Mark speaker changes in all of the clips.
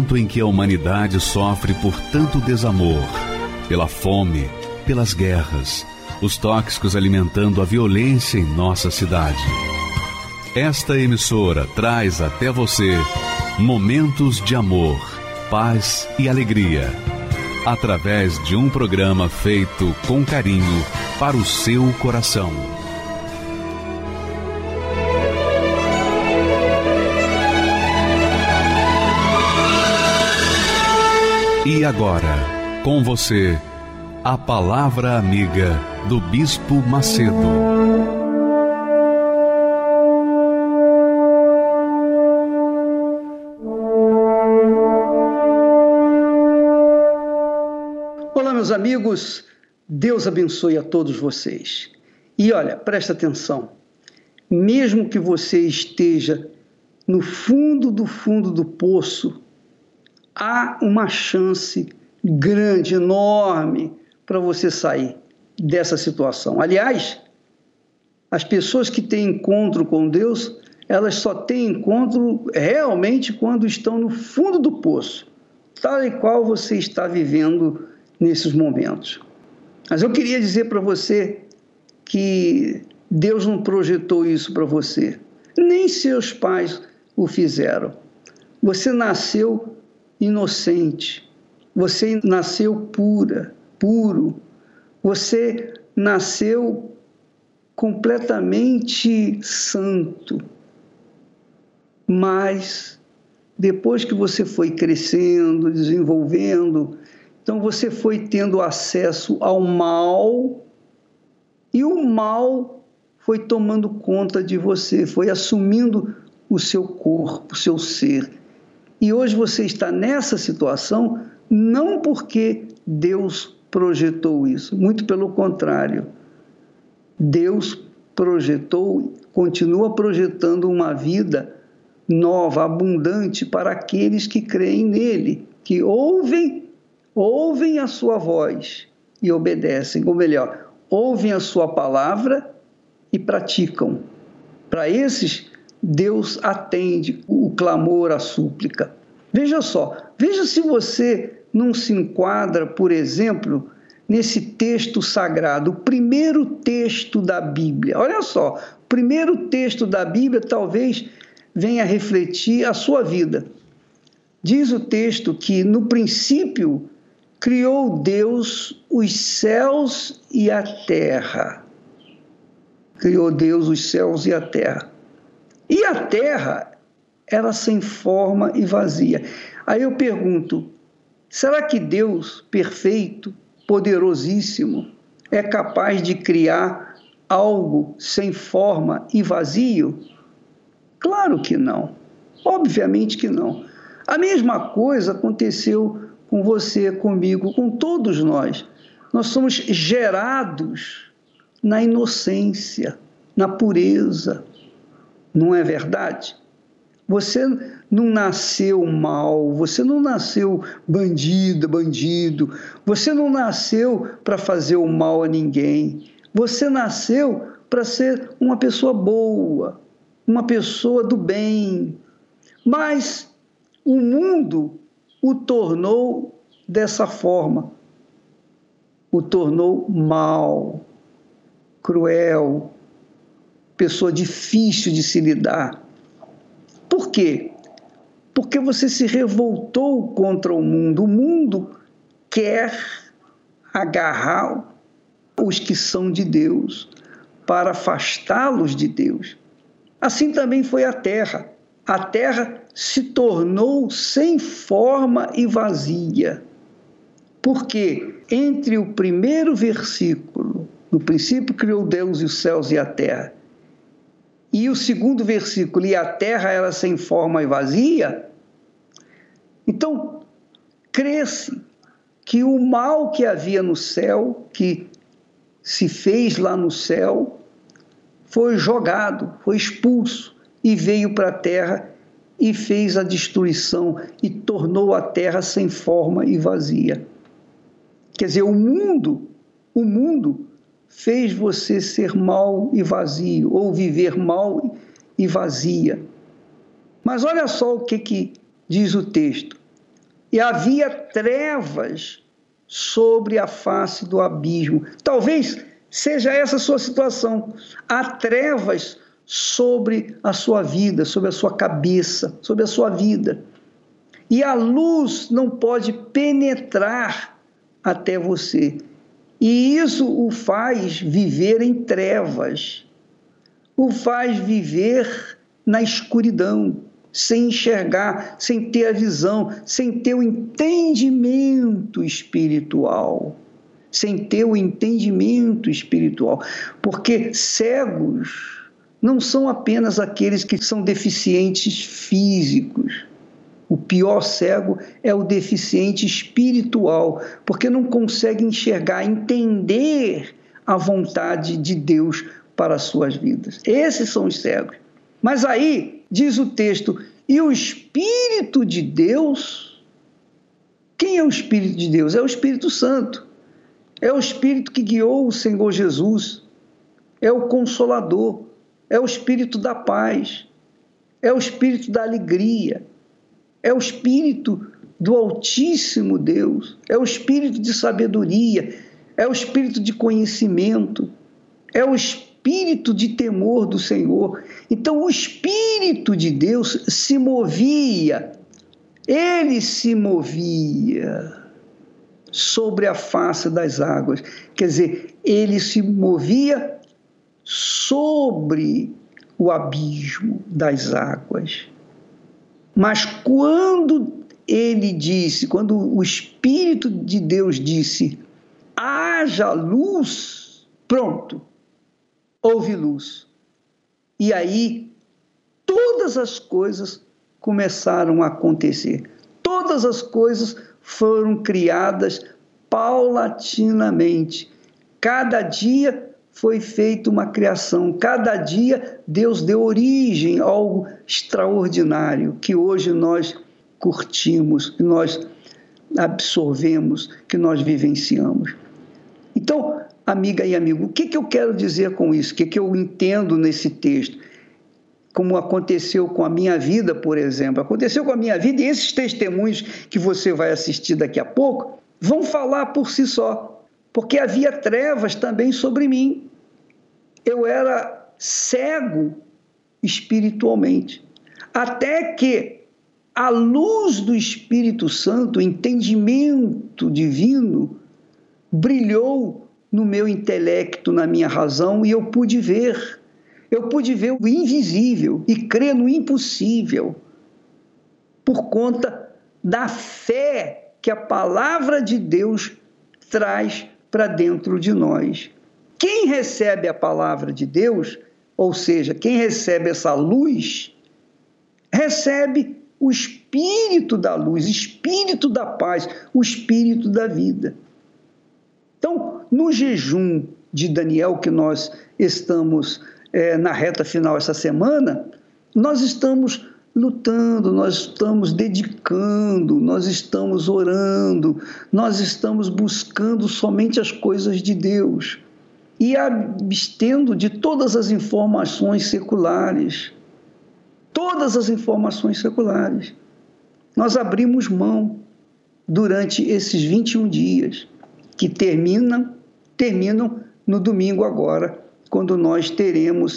Speaker 1: momento em que a humanidade sofre por tanto desamor, pela fome, pelas guerras, os tóxicos alimentando a violência em nossa cidade. Esta emissora traz até você momentos de amor, paz e alegria, através de um programa feito com carinho para o seu coração. E agora, com você, a Palavra Amiga do Bispo Macedo.
Speaker 2: Olá, meus amigos, Deus abençoe a todos vocês. E olha, presta atenção, mesmo que você esteja no fundo do poço, há uma chance grande, enorme, para você sair dessa situação. Aliás, as pessoas que têm encontro com Deus, elas só têm encontro realmente quando estão no fundo do poço, tal e qual você está vivendo nesses momentos. Mas eu queria dizer para você que Deus não projetou isso para você, nem seus pais o fizeram. Você nasceu inocente, você nasceu puro, você nasceu completamente santo. Mas depois que você foi crescendo, desenvolvendo, então você foi tendo acesso ao mal, e o mal foi tomando conta de você, foi assumindo o seu corpo, o seu ser. E hoje você está nessa situação não porque Deus projetou isso, muito pelo contrário. Deus projetou, continua projetando uma vida nova, abundante para aqueles que creem nele, que ouvem a sua voz e obedecem, ou melhor, ouvem a sua palavra e praticam. Para esses, Deus atende o clamor, a súplica. Veja só, veja se você não se enquadra, por exemplo, nesse texto sagrado, o primeiro texto da Bíblia. Olha só, o primeiro texto da Bíblia talvez venha refletir a sua vida. Diz o texto que no princípio criou Deus os céus e a terra. Criou Deus os céus e a terra. E a terra era sem forma e vazia. Aí eu pergunto, será que Deus, perfeito, poderosíssimo, é capaz de criar algo sem forma e vazio? Claro que não. Obviamente que não. A mesma coisa aconteceu com você, comigo, com todos nós. Nós somos gerados na inocência, na pureza. Não é verdade? Você não nasceu mal, você não nasceu bandido, você não nasceu para fazer o mal a ninguém. Você nasceu para ser uma pessoa boa, uma pessoa do bem. Mas o mundo o tornou dessa forma, o tornou mal, cruel, pessoa difícil de se lidar. Por quê? Porque você se revoltou contra o mundo. O mundo quer agarrar os que são de Deus, para afastá-los de Deus. Assim também foi a terra. A terra se tornou sem forma e vazia. Porque entre o primeiro versículo, no princípio criou Deus os céus e a terra, e o segundo versículo, e a terra era sem forma e vazia, então crê-se que o mal que havia no céu, que se fez lá no céu, foi jogado, foi expulso e veio para a terra e fez a destruição e tornou a terra sem forma e vazia. Quer dizer, o mundo fez você ser mal e vazio, ou viver mal e vazia. Mas olha só o que diz o texto. e havia trevas sobre a face do abismo. Talvez seja essa a sua situação. Há trevas sobre a sua vida, sobre a sua cabeça, sobre a sua vida. E a luz não pode penetrar até você. E isso o faz viver em trevas, o faz viver na escuridão, sem enxergar, sem ter a visão, sem ter o entendimento espiritual. Sem ter o entendimento espiritual. Porque cegos não são apenas aqueles que são deficientes físicos. O pior cego é o deficiente espiritual, porque não consegue enxergar, entender a vontade de Deus para as suas vidas. Esses são os cegos. Mas aí, diz o texto, e o Espírito de Deus, quem é o Espírito de Deus? É o Espírito Santo. É o Espírito que guiou o Senhor Jesus. É o Consolador. É o Espírito da paz. É o Espírito da alegria. É o Espírito do Altíssimo Deus. É o Espírito de sabedoria. É o Espírito de conhecimento. É o Espírito de temor do Senhor. Então, o Espírito de Deus se movia. Ele se movia sobre a face das águas. Quer dizer, ele se movia sobre o abismo das águas. Mas quando ele disse, quando o Espírito de Deus disse, haja luz, pronto, houve luz. E aí, todas as coisas começaram a acontecer. Todas as coisas foram criadas paulatinamente. Cada dia foi feita uma criação. Cada dia Deus deu origem a algo extraordinário que hoje nós curtimos, que nós absorvemos, que nós vivenciamos. Então, amiga e amigo, o que eu quero dizer com isso? O que eu entendo nesse texto? Como aconteceu com a minha vida, por exemplo. Aconteceu com a minha vida e esses testemunhos que você vai assistir daqui a pouco vão falar por si só. Porque havia trevas também sobre mim. Eu era cego espiritualmente. Até que a luz do Espírito Santo, o entendimento divino, brilhou no meu intelecto, na minha razão, e eu pude ver. Eu pude ver o invisível e crer no impossível por conta da fé que a palavra de Deus traz para dentro de nós. Quem recebe a palavra de Deus, ou seja, quem recebe essa luz, recebe o Espírito da luz, o Espírito da paz, o Espírito da vida. Então, no jejum de Daniel que nós estamos na reta final essa semana, nós estamos lutando, nós estamos dedicando, nós estamos orando, nós estamos buscando somente as coisas de Deus e abstendo de todas as informações seculares. Todas as informações seculares. Nós abrimos mão durante esses 21 dias, que terminam no domingo agora, quando nós teremos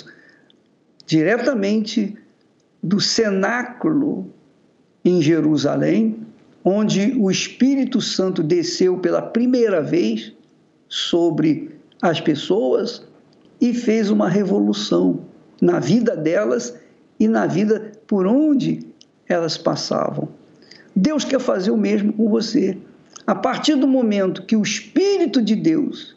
Speaker 2: diretamente do cenáculo em Jerusalém, onde o Espírito Santo desceu pela primeira vez sobre as pessoas e fez uma revolução na vida delas e na vida por onde elas passavam. Deus quer fazer o mesmo com você. A partir do momento que o Espírito de Deus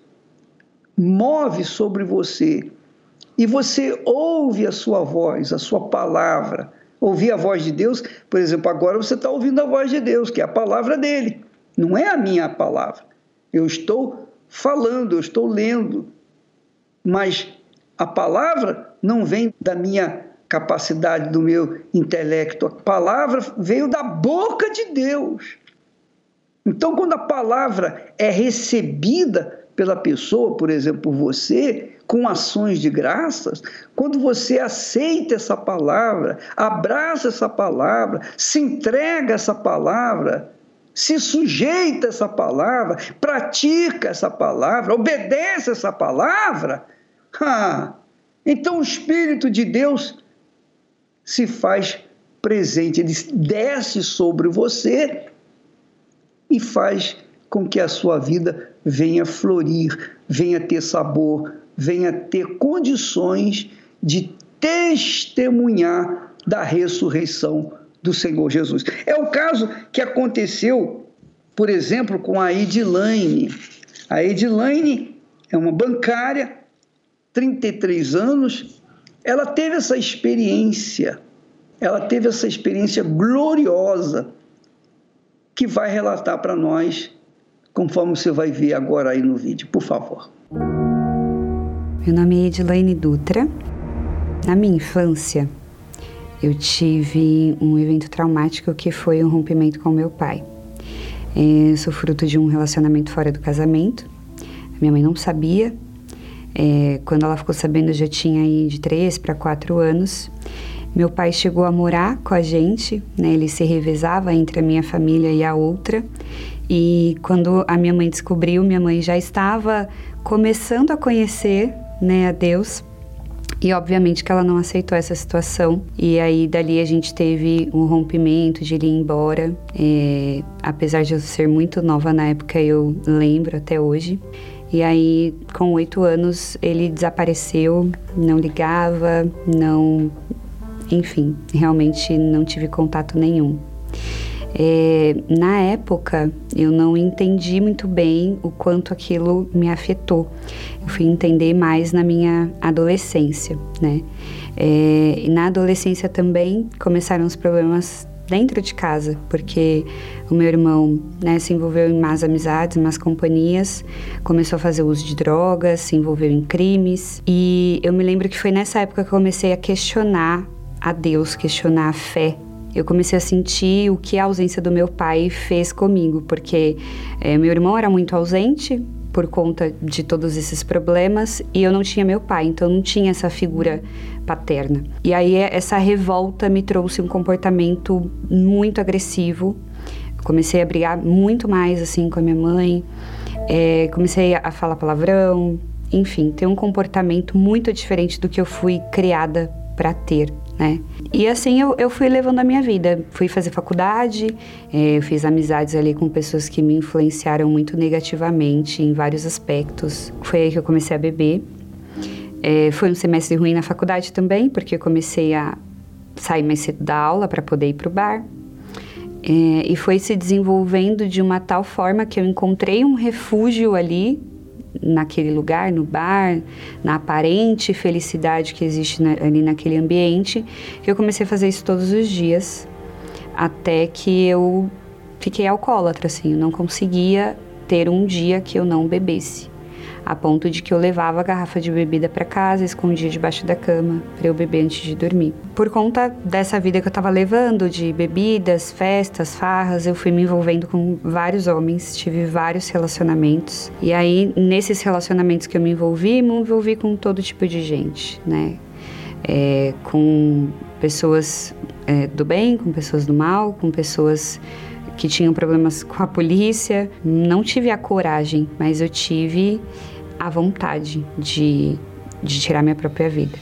Speaker 2: move sobre você e você ouve a sua voz, a sua palavra, ouvir a voz de Deus, por exemplo, agora você está ouvindo a voz de Deus, que é a palavra dele, não é a minha palavra. Eu estou falando, eu estou lendo, mas a palavra não vem da minha capacidade, do meu intelecto. A palavra veio da boca de Deus. Então, quando a palavra é recebida pela pessoa, por exemplo, por você, com ações de graças, quando você aceita essa palavra, abraça essa palavra, se entrega a essa palavra, se sujeita a essa palavra, pratica essa palavra, obedece essa palavra, então o Espírito de Deus se faz presente, ele desce sobre você e faz com que a sua vida venha florir, venha ter sabor, venha ter condições de testemunhar da ressurreição do Senhor Jesus. É o caso que aconteceu, por exemplo, com a Edilane. A Edilane é uma bancária, 33 anos, ela teve essa experiência gloriosa que vai relatar para nós, conforme você vai ver agora aí no vídeo, por favor.
Speaker 3: Meu nome é Edilane Dutra. Na minha infância, eu tive um evento traumático que foi um rompimento com meu pai. Eu sou fruto de um relacionamento fora do casamento. Minha mãe não sabia. Quando ela ficou sabendo, eu já tinha aí de 3 para 4 anos. Meu pai chegou a morar com a gente, né? Ele se revezava entre a minha família e a outra. E quando a minha mãe descobriu, minha mãe já estava começando a conhecer, né, a Deus. E obviamente que ela não aceitou essa situação. E aí dali a gente teve um rompimento de ele ir embora. Apesar de eu ser muito nova na época, eu lembro até hoje. E aí, com 8 anos, ele desapareceu, não ligava, não... Enfim, realmente não tive contato nenhum. Na época, eu não entendi muito bem o quanto aquilo me afetou. Eu fui entender mais na minha adolescência, né? E na adolescência também começaram os problemas dentro de casa, porque o meu irmão, né, se envolveu em más amizades, más companhias, começou a fazer uso de drogas, se envolveu em crimes. E eu me lembro que foi nessa época que eu comecei a questionar a Deus, questionar a fé. Eu comecei a sentir o que a ausência do meu pai fez comigo, porque meu irmão era muito ausente por conta de todos esses problemas e eu não tinha meu pai, então não tinha essa figura paterna. E aí essa revolta me trouxe um comportamento muito agressivo. Comecei a brigar muito mais assim com a minha mãe, comecei a falar palavrão, enfim, ter um comportamento muito diferente do que eu fui criada para ter, né? E assim eu fui levando a minha vida, fui fazer faculdade, eu fiz amizades ali com pessoas que me influenciaram muito negativamente em vários aspectos. Foi aí que eu comecei a beber. Foi um semestre ruim na faculdade também, porque eu comecei a sair mais cedo da aula para poder ir pro bar. E foi se desenvolvendo de uma tal forma que eu encontrei um refúgio ali, naquele lugar, no bar, na aparente felicidade que existe ali naquele ambiente, que eu comecei a fazer isso todos os dias, até que eu fiquei alcoólatra, assim, eu não conseguia ter um dia que eu não bebesse, a ponto de que eu levava a garrafa de bebida para casa, escondia debaixo da cama para eu beber antes de dormir. Por conta dessa vida que eu estava levando, de bebidas, festas, farras, eu fui me envolvendo com vários homens, tive vários relacionamentos. E aí, nesses relacionamentos que eu me envolvi com todo tipo de gente, né? Com pessoas do bem, com pessoas do mal, com pessoas que tinham problemas com a polícia. Não tive a coragem, mas eu tive a vontade de tirar minha própria vida.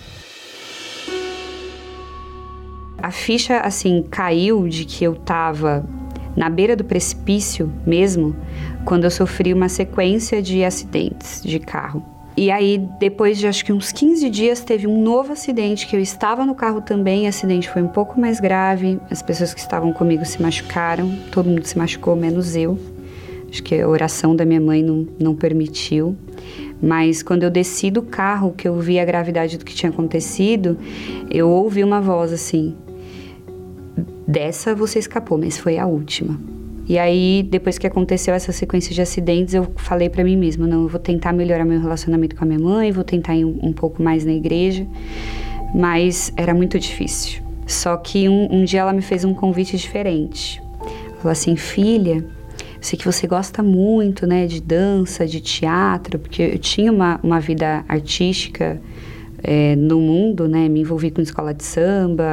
Speaker 3: A ficha, assim, caiu de que eu estava na beira do precipício mesmo, quando eu sofri uma sequência de acidentes de carro. E aí, depois de acho que uns 15 dias, teve um novo acidente, que eu estava no carro também, o acidente foi um pouco mais grave, as pessoas que estavam comigo se machucaram, todo mundo se machucou, menos eu. Acho que a oração da minha mãe não permitiu. Mas quando eu desci do carro, que eu vi a gravidade do que tinha acontecido, eu ouvi uma voz assim: dessa você escapou, mas foi a última. E aí, depois que aconteceu essa sequência de acidentes, eu falei pra mim mesma, não, eu vou tentar melhorar meu relacionamento com a minha mãe, vou tentar ir um pouco mais na igreja, mas era muito difícil. Só que um dia ela me fez um convite diferente. Ela falou assim: filha, eu sei que você gosta muito, né, de dança, de teatro, porque eu tinha uma vida artística no mundo, né, me envolvi com escola de samba,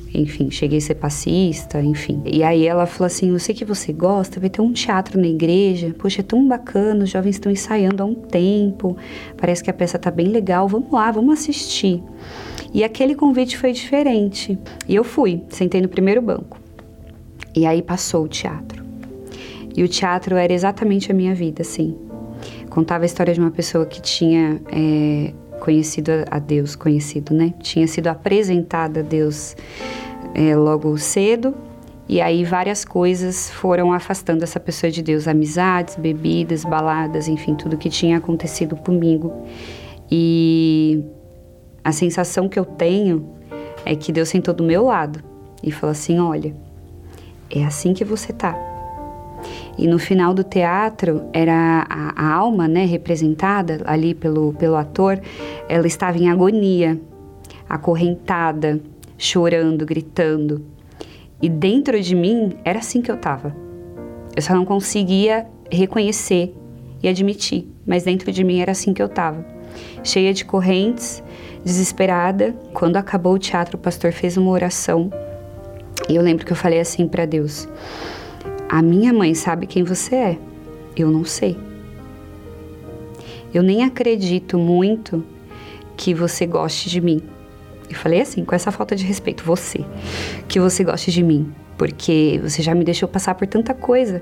Speaker 3: enfim, cheguei a ser passista, enfim. E aí ela falou assim, eu sei que você gosta, vai ter um teatro na igreja, poxa, é tão bacana, os jovens estão ensaiando há um tempo, parece que a peça tá bem legal, vamos lá, vamos assistir. E aquele convite foi diferente. E eu fui, sentei no primeiro banco. E aí passou o teatro. E o teatro era exatamente a minha vida, assim. Contava a história de uma pessoa que tinha conhecido a Deus, né? Tinha sido apresentada a Deus logo cedo. E aí várias coisas foram afastando essa pessoa de Deus. Amizades, bebidas, baladas, enfim, tudo que tinha acontecido comigo. E a sensação que eu tenho é que Deus sentou do meu lado e falou assim, olha, é assim que você tá. E no final do teatro, era a alma, né, representada ali pelo ator, ela estava em agonia, acorrentada, chorando, gritando. E dentro de mim, era assim que eu estava. Eu só não conseguia reconhecer e admitir, mas dentro de mim era assim que eu estava. Cheia de correntes, desesperada. Quando acabou o teatro, o pastor fez uma oração. E eu lembro que eu falei assim para Deus, a minha mãe sabe quem você é, eu não sei. Eu nem acredito muito que você goste de mim. Eu falei assim, com essa falta de respeito, que você goste de mim, porque você já me deixou passar por tanta coisa.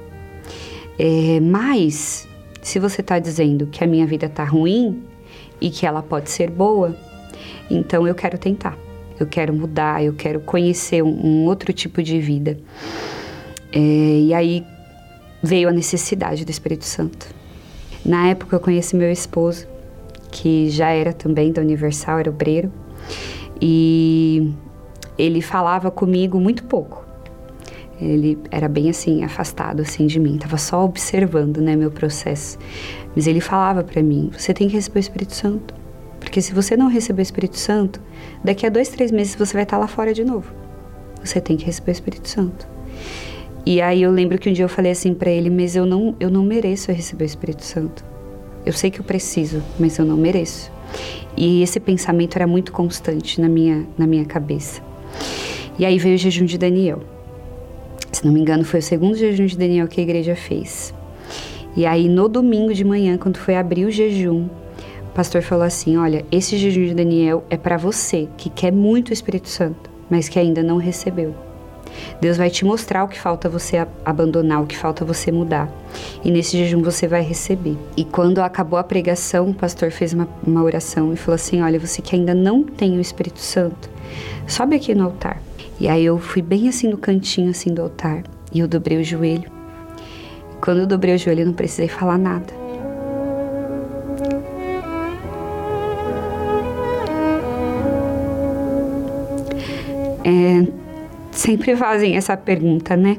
Speaker 3: Mas, se você tá dizendo que a minha vida tá ruim e que ela pode ser boa, então eu quero tentar. Eu quero mudar, eu quero conhecer um outro tipo de vida. E aí veio a necessidade do Espírito Santo. Na época eu conheci meu esposo, que já era também da Universal, era obreiro. E ele falava comigo muito pouco. Ele era bem assim, afastado assim de mim. Tava só observando, né, meu processo. Mas ele falava para mim, você tem que receber o Espírito Santo. Porque se você não receber o Espírito Santo, daqui a 2, 3 meses você vai estar lá fora de novo. Você tem que receber o Espírito Santo. E aí eu lembro que um dia eu falei assim para ele, mas eu não mereço receber o Espírito Santo. Eu sei que eu preciso, mas eu não mereço. E esse pensamento era muito constante na minha cabeça. E aí veio o jejum de Daniel. Se não me engano, foi o segundo jejum de Daniel que a igreja fez. E aí no domingo de manhã, quando foi abrir o jejum, o pastor falou assim, olha, esse jejum de Daniel é para você que quer muito o Espírito Santo, mas que ainda não recebeu. Deus vai te mostrar o que falta você abandonar, o que falta você mudar. E nesse jejum você vai receber. E quando acabou a pregação, o pastor fez uma oração e falou assim, olha, você que ainda não tem o Espírito Santo, sobe aqui no altar. E aí eu fui bem assim no cantinho assim do altar e eu dobrei o joelho. Quando eu dobrei o joelho eu não precisei falar nada. Sempre fazem essa pergunta, né?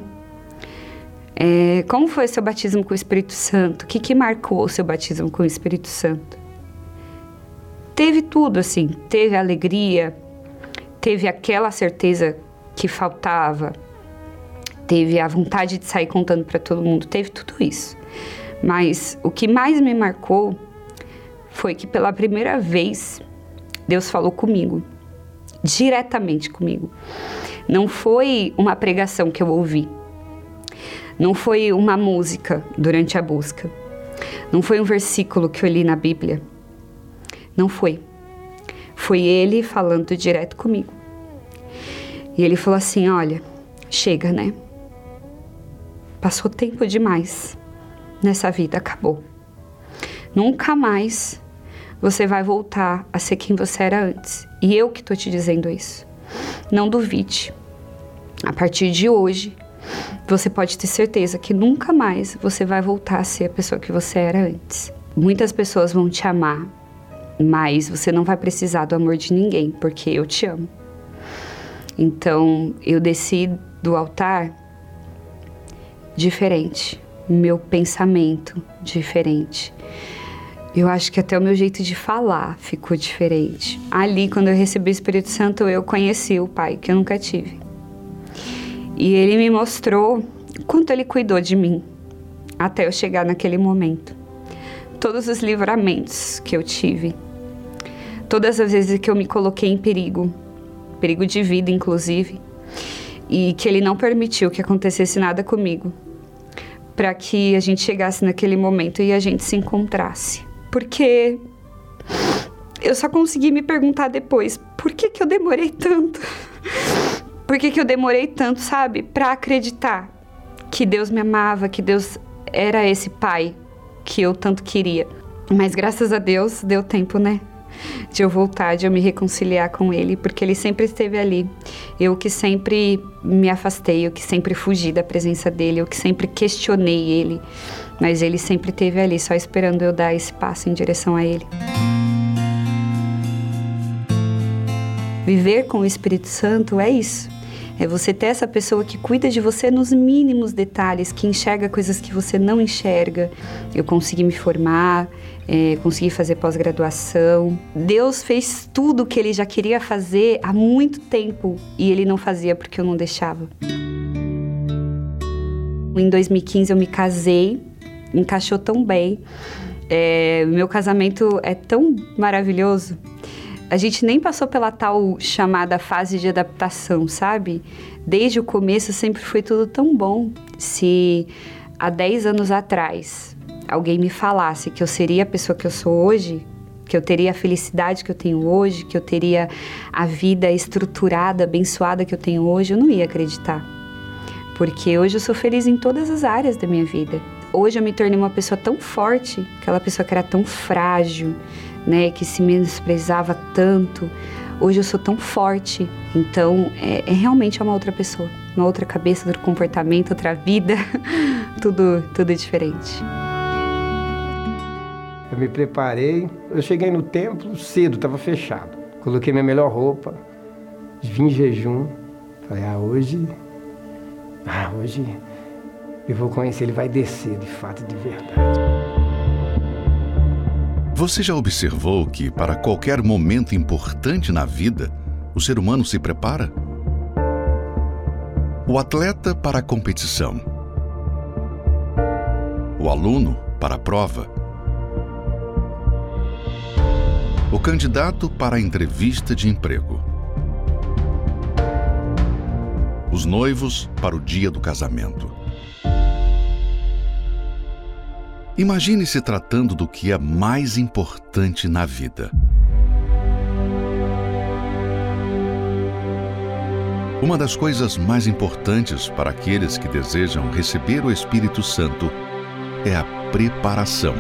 Speaker 3: Como foi o seu batismo com o Espírito Santo? O que marcou o seu batismo com o Espírito Santo? Teve tudo, assim. Teve a alegria, teve aquela certeza que faltava, teve a vontade de sair contando para todo mundo, teve tudo isso. Mas o que mais me marcou foi que pela primeira vez Deus falou comigo, diretamente comigo. Não foi uma pregação que eu ouvi, não foi uma música durante a busca, não foi um versículo que eu li na Bíblia, não foi. Foi Ele falando direto comigo. E Ele falou assim, olha, chega, né? Passou tempo demais nessa vida, acabou. Nunca mais você vai voltar a ser quem você era antes. E eu que tô te dizendo isso. Não duvide. A partir de hoje, você pode ter certeza que nunca mais você vai voltar a ser a pessoa que você era antes. Muitas pessoas vão te amar, mas você não vai precisar do amor de ninguém, porque eu te amo. Então, eu desci do altar diferente, meu pensamento diferente. Eu acho que até o meu jeito de falar ficou diferente. Ali, quando eu recebi o Espírito Santo, eu conheci o Pai, que eu nunca tive. E Ele me mostrou o quanto Ele cuidou de mim, até eu chegar naquele momento. Todos os livramentos que eu tive, todas as vezes que eu me coloquei em perigo, perigo de vida, inclusive, e que Ele não permitiu que acontecesse nada comigo, para que a gente chegasse naquele momento e a gente se encontrasse. Porque eu só consegui me perguntar depois, por que eu demorei tanto? Por que eu demorei tanto, sabe? Para acreditar que Deus me amava, que Deus era esse pai que eu tanto queria. Mas graças a Deus deu tempo, né? De eu voltar, de eu me reconciliar com Ele, porque Ele sempre esteve ali. Eu que sempre me afastei, eu que sempre fugi da presença dEle, eu que sempre questionei Ele, mas Ele sempre esteve ali, só esperando eu dar esse passo em direção a Ele. Viver com o Espírito Santo é isso. É você ter essa pessoa que cuida de você nos mínimos detalhes, que enxerga coisas que você não enxerga. Eu consegui me formar, consegui fazer pós-graduação. Deus fez tudo o que Ele já queria fazer há muito tempo e Ele não fazia porque eu não deixava. Em 2015 eu me casei, encaixou tão bem. Meu casamento é tão maravilhoso. A gente nem passou pela tal chamada fase de adaptação, sabe? Desde o começo sempre foi tudo tão bom. Se há 10 anos atrás alguém me falasse que eu seria a pessoa que eu sou hoje, que eu teria a felicidade que eu tenho hoje, que eu teria a vida estruturada, abençoada que eu tenho hoje, eu não ia acreditar. Porque hoje eu sou feliz em todas as áreas da minha vida. Hoje eu me tornei uma pessoa tão forte, aquela pessoa que era tão frágil, né, que se menosprezava tanto. Hoje eu sou tão forte. Então, realmente é uma outra pessoa, uma outra cabeça, outro comportamento, outra vida, tudo diferente.
Speaker 4: Eu me preparei, eu cheguei no templo cedo, estava fechado. Coloquei minha melhor roupa, vim em jejum. Falei, hoje eu vou conhecer, ele vai descer de fato, de verdade.
Speaker 1: Você já observou que para qualquer momento importante na vida, o ser humano se prepara? O atleta para a competição. O aluno para a prova. O candidato para a entrevista de emprego. Os noivos para o dia do casamento. Imagine se tratando do que é mais importante na vida. Uma das coisas mais importantes para aqueles que desejam receber o Espírito Santo é a preparação.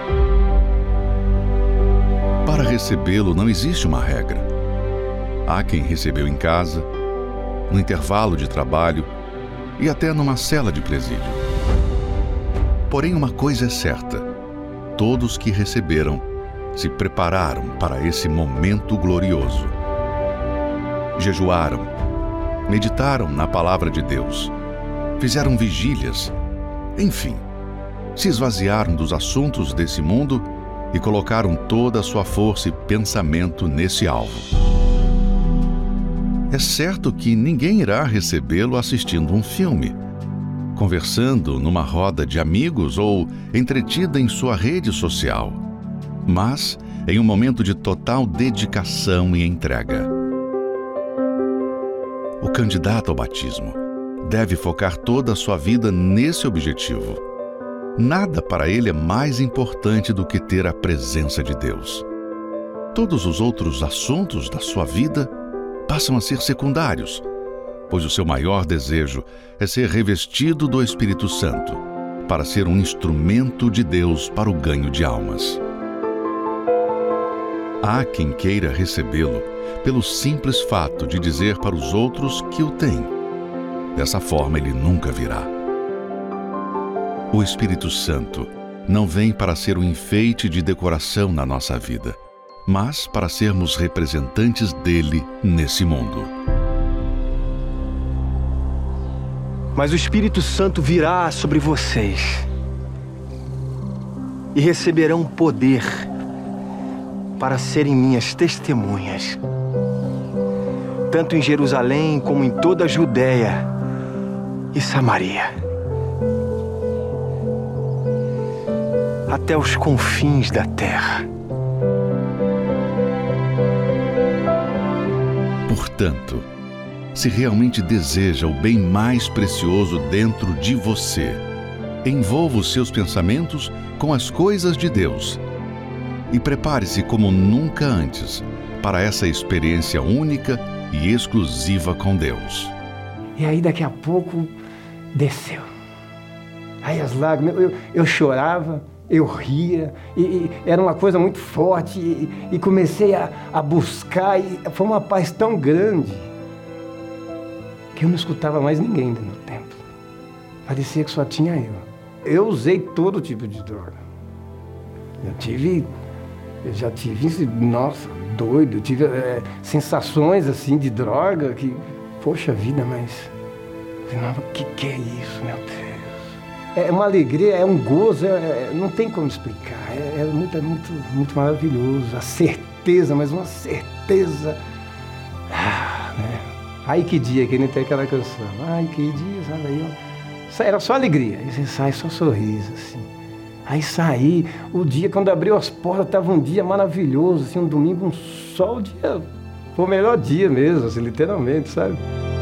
Speaker 1: Para recebê-lo não existe uma regra. Há quem recebeu em casa, no intervalo de trabalho e até numa cela de presídio. Porém, uma coisa é certa: todos que receberam se prepararam para esse momento glorioso. Jejuaram, meditaram na palavra de Deus, fizeram vigílias, enfim, se esvaziaram dos assuntos desse mundo e colocaram toda a sua força e pensamento nesse alvo. É certo que ninguém irá recebê-lo assistindo um filme, conversando numa roda de amigos ou entretida em sua rede social, mas em um momento de total dedicação e entrega. O candidato ao batismo deve focar toda a sua vida nesse objetivo. Nada para ele é mais importante do que ter a presença de Deus. Todos os outros assuntos da sua vida passam a ser secundários, pois o seu maior desejo é ser revestido do Espírito Santo, para ser um instrumento de Deus para o ganho de almas. Há quem queira recebê-lo pelo simples fato de dizer para os outros que o tem. Dessa forma, ele nunca virá. O Espírito Santo não vem para ser um enfeite de decoração na nossa vida, mas para sermos representantes dele nesse mundo.
Speaker 5: Mas o Espírito Santo virá sobre vocês e receberão poder para serem minhas testemunhas, tanto em Jerusalém como em toda a Judéia e Samaria, até os confins da terra.
Speaker 1: Portanto, se realmente deseja o bem mais precioso dentro de você, envolva os seus pensamentos com as coisas de Deus e prepare-se como nunca antes para essa experiência única e exclusiva com Deus.
Speaker 4: E aí daqui a pouco desceu. Aí as lágrimas, eu chorava, eu ria, e era uma coisa muito forte, e comecei a buscar, e foi uma paz tão grande que eu não escutava mais ninguém dentro do templo. Parecia que só tinha eu. Eu usei todo tipo de droga. Eu já tive, nossa, doido, eu tive sensações assim de droga que, poxa vida, mas o que é isso, meu Deus? É uma alegria, é um gozo, não tem como explicar, é muito maravilhoso, a certeza, mas uma certeza, né? Ai que dia, que nem tem aquela canção, ai que dia, sabe aí, ó. Era só alegria, aí você sai, só sorriso, assim. Aí saí, o dia, quando abriu as portas, estava um dia maravilhoso, assim, um domingo, um sol, o dia, foi o melhor dia mesmo, assim, literalmente, sabe?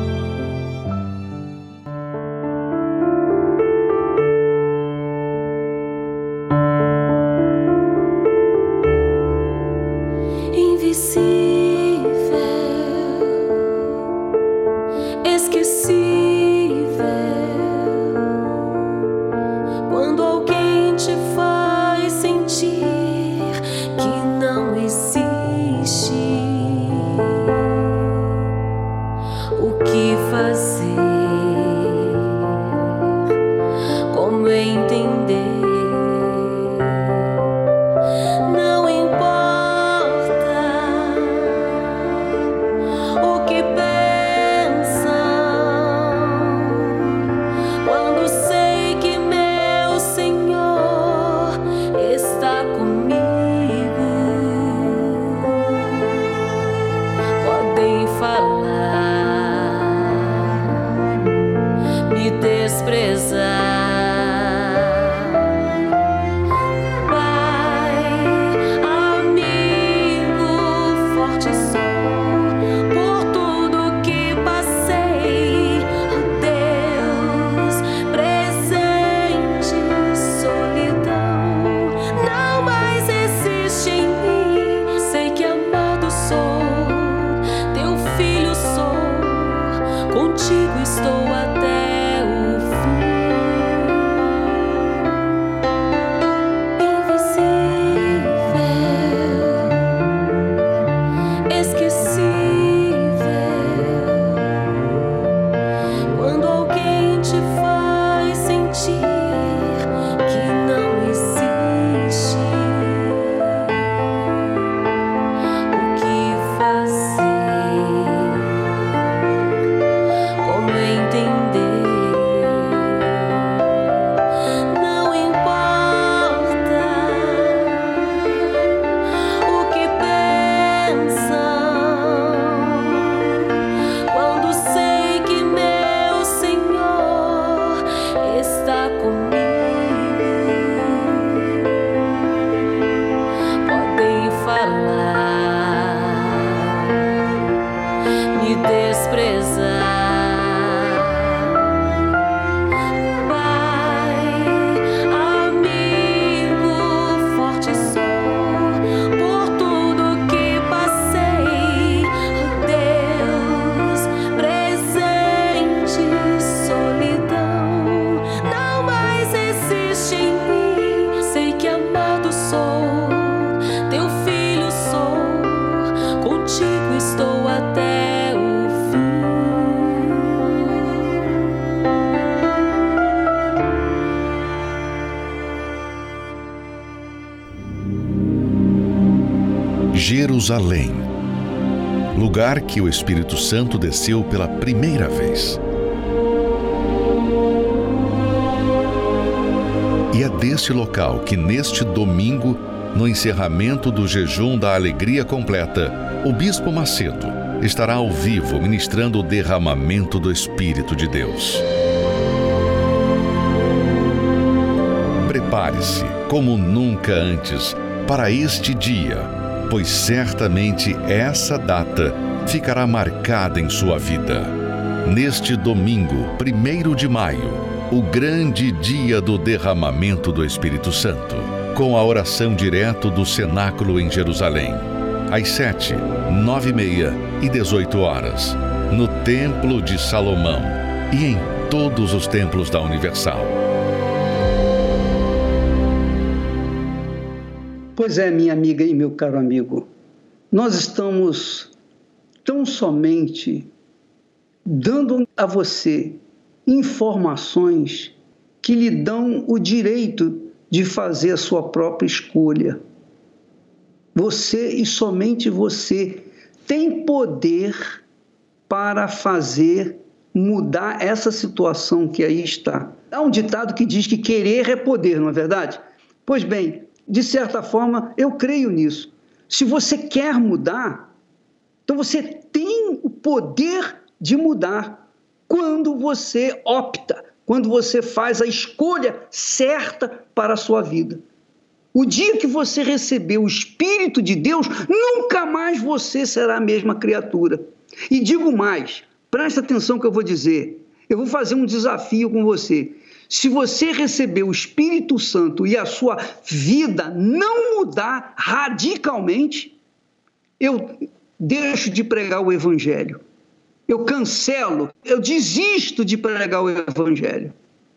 Speaker 1: Jerusalém, lugar que o Espírito Santo desceu pela primeira vez. E é deste local que neste domingo, no encerramento do jejum da alegria completa, o Bispo Macedo estará ao vivo ministrando o derramamento do Espírito de Deus. Prepare-se como nunca antes para este dia, pois certamente essa data ficará marcada em sua vida. Neste domingo, 1º de maio, o grande dia do derramamento do Espírito Santo, com a oração direto do cenáculo em Jerusalém, às 7, 9h30 e 18h, no Templo de Salomão e em todos os templos da Universal.
Speaker 2: Pois é, minha amiga e meu caro amigo, nós estamos tão somente dando a você informações que lhe dão o direito de fazer a sua própria escolha. Você e somente você tem poder para fazer mudar essa situação que aí está. Há um ditado que diz que querer é poder, não é verdade? Pois bem, de certa forma, eu creio nisso. Se você quer mudar, então você tem o poder de mudar quando você opta, quando você faz a escolha certa para a sua vida. O dia que você receber o Espírito de Deus, nunca mais você será a mesma criatura. E digo mais, presta atenção que eu vou dizer. Eu vou fazer um desafio com você. Se você receber o Espírito Santo e a sua vida não mudar radicalmente, eu deixo de pregar o Evangelho. Eu cancelo, eu desisto de pregar o Evangelho.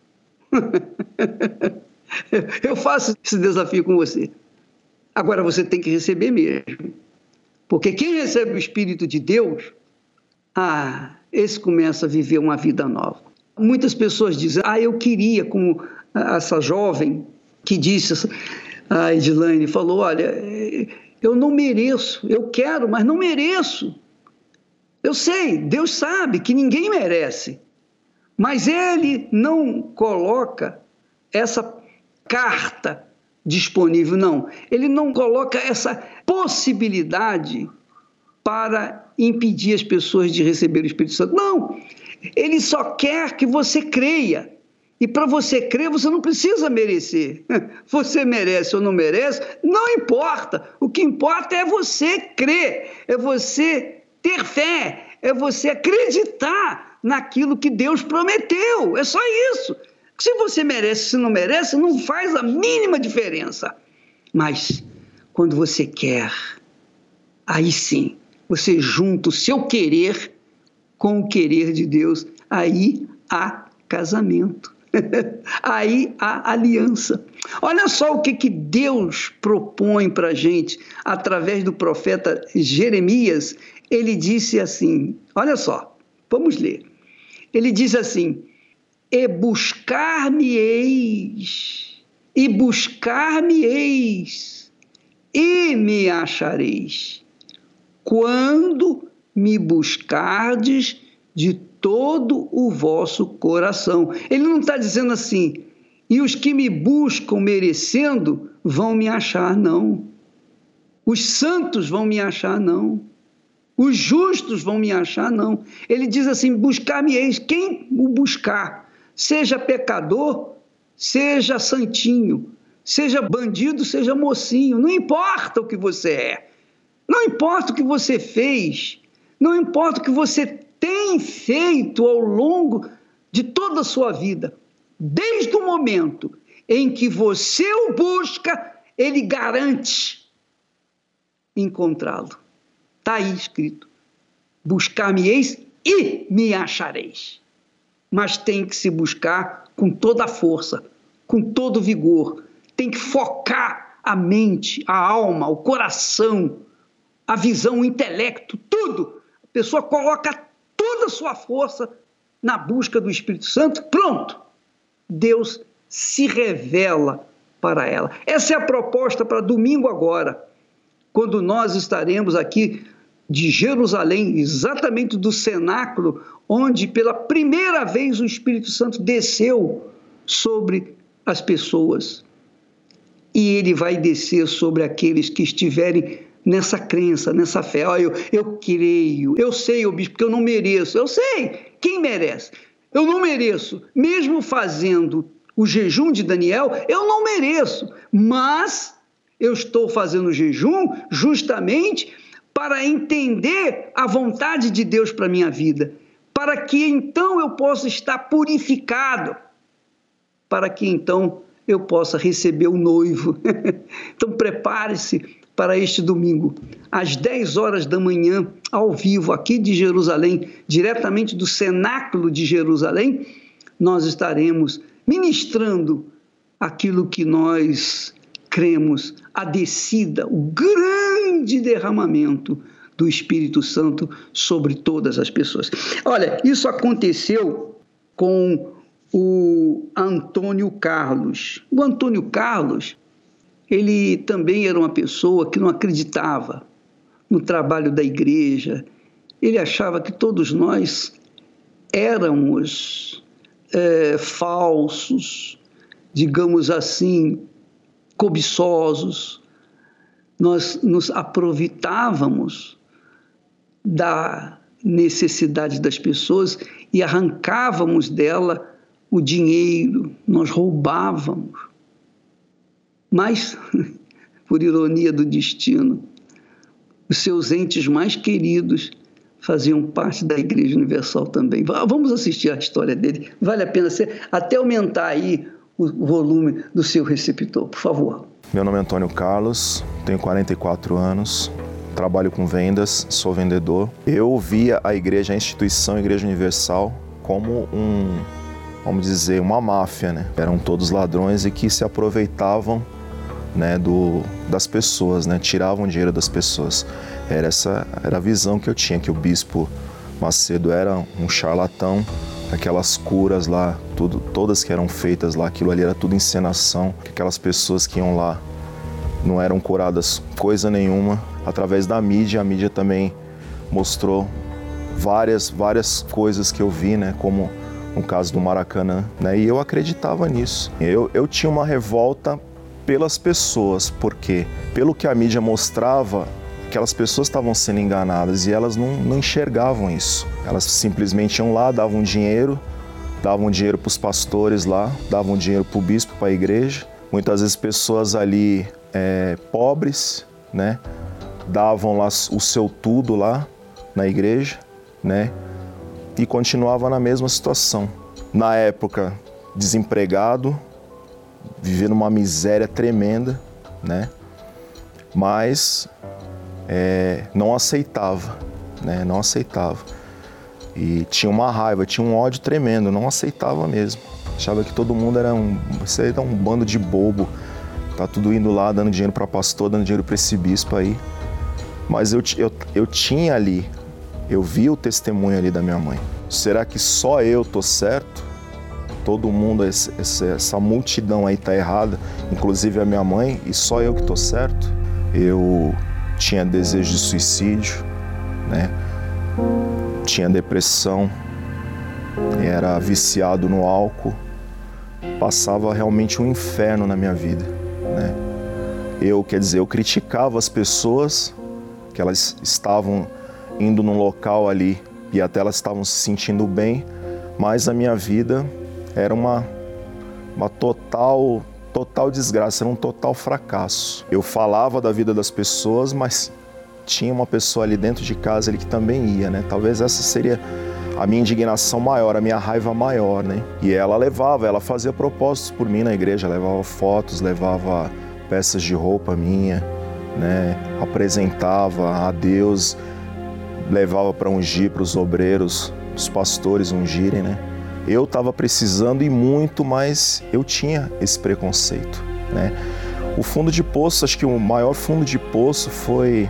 Speaker 2: Eu faço esse desafio com você. Agora você tem que receber mesmo. Porque quem recebe o Espírito de Deus, esse começa a viver uma vida nova. Muitas pessoas dizem, eu queria, como essa jovem que disse, a Edilane falou, olha, eu não mereço, eu quero, mas não mereço. Eu sei, Deus sabe que ninguém merece, mas Ele não coloca essa carta disponível, não. Ele não coloca essa possibilidade para impedir as pessoas de receber o Espírito Santo. Não, Ele só quer que você creia. E para você crer, você não precisa merecer. Você merece ou não merece, não importa. O que importa é você crer, é você ter fé, é você acreditar naquilo que Deus prometeu. É só isso. Se você merece, se não merece, não faz a mínima diferença. Mas quando você quer, aí sim, você junta o seu querer com o querer de Deus, aí há casamento. Aí há aliança. Olha só o que Deus propõe para a gente através do profeta Jeremias. Ele disse assim, olha só, vamos ler. Ele diz assim, e buscar-me-eis, e me achareis, quando me buscardes de todo o vosso coração. Ele não está dizendo assim, e os que me buscam merecendo vão me achar, não. Os santos vão me achar, não. Os justos vão me achar, não. Ele diz assim, buscar-me-eis. Quem o buscar? Seja pecador, seja santinho, seja bandido, seja mocinho. Não importa o que você é. Não importa o que você fez. Não importa o que você tem feito ao longo de toda a sua vida. Desde o momento em que você o busca, ele garante encontrá-lo. Está aí escrito, buscar-me-eis e me achareis. Mas tem que se buscar com toda a força, com todo o vigor. Tem que focar a mente, a alma, o coração, a visão, o intelecto, tudo. A pessoa coloca toda a sua força na busca do Espírito Santo, pronto. Deus se revela para ela. Essa é a proposta para domingo agora, quando nós estaremos aqui de Jerusalém, exatamente do cenáculo, onde pela primeira vez o Espírito Santo desceu sobre as pessoas. E ele vai descer sobre aqueles que estiverem nessa crença, nessa fé. Eu creio, eu sei, bispo, que eu não mereço. Eu sei, quem merece? Eu não mereço. Mesmo fazendo o jejum de Daniel, eu não mereço. Mas eu estou fazendo o jejum justamente para entender a vontade de Deus para a minha vida, para que então eu possa estar purificado, para que então eu possa receber o noivo. Então prepare-se para este domingo, às 10 horas da manhã, ao vivo, aqui de Jerusalém, diretamente do cenáculo de Jerusalém, nós estaremos ministrando aquilo que nós cremos, a descida, o grande derramamento do Espírito Santo sobre todas as pessoas. Olha, isso aconteceu com o Antônio Carlos. O Antônio Carlos, ele também era uma pessoa que não acreditava no trabalho da igreja. Ele achava que todos nós éramos falsos, digamos assim, cobiçosos. Nós nos aproveitávamos da necessidade das pessoas e arrancávamos dela o dinheiro, nós roubávamos. Mas, por ironia do destino, os seus entes mais queridos faziam parte da Igreja Universal também. Vamos assistir a história dele, vale a pena até aumentar aí o volume do seu receptor, por favor.
Speaker 6: Meu nome é Antônio Carlos, tenho 44 anos, trabalho com vendas, sou vendedor. Eu via a igreja, a instituição Igreja Universal, como vamos dizer, uma máfia, né? Eram todos ladrões e que se aproveitavam, né, das pessoas, né? Tiravam dinheiro das pessoas. Essa era a visão que eu tinha, que o bispo Macedo era um charlatão, aquelas curas lá, todas que eram feitas lá, aquilo ali era tudo encenação, aquelas pessoas que iam lá não eram curadas coisa nenhuma. Através da mídia, a mídia também mostrou várias coisas que eu vi, né, como no caso do Maracanã, né, e eu acreditava nisso. Eu tinha uma revolta pelas pessoas, porque pelo que a mídia mostrava, aquelas pessoas estavam sendo enganadas e elas não enxergavam isso. Elas simplesmente iam lá, davam dinheiro para os pastores lá, davam dinheiro para o bispo, para a igreja. Muitas vezes pessoas ali pobres, né, davam lá o seu tudo lá na igreja, né, e continuava na mesma situação. Na época, desempregado, vivendo uma miséria tremenda, né, mas não aceitava, né, não aceitava. E tinha uma raiva, tinha um ódio tremendo, não aceitava mesmo. Achava que todo mundo era um bando de bobo, tá tudo indo lá, dando dinheiro para pastor, dando dinheiro para esse bispo aí. Mas eu tinha ali, eu vi o testemunho ali da minha mãe. Será que só eu tô certo? Todo mundo, essa multidão aí tá errada, inclusive a minha mãe, e só eu que tô certo? Eu tinha desejo de suicídio, né? Tinha depressão, era viciado no álcool, passava realmente um inferno na minha vida, né? Eu criticava as pessoas, que elas estavam indo num local ali e até elas estavam se sentindo bem, mas a minha vida era uma total desgraça, era um total fracasso. Eu falava da vida das pessoas, mas tinha uma pessoa ali dentro de casa ali que também ia, né? Talvez essa seria a minha indignação maior, a minha raiva maior, né? E ela fazia propósitos por mim na igreja, levava fotos, levava peças de roupa minha, né? Apresentava a Deus, levava para ungir, para os obreiros, os pastores ungirem, né? Eu estava precisando e muito, mas eu tinha esse preconceito, né? O fundo de poço, acho que o maior fundo de poço foi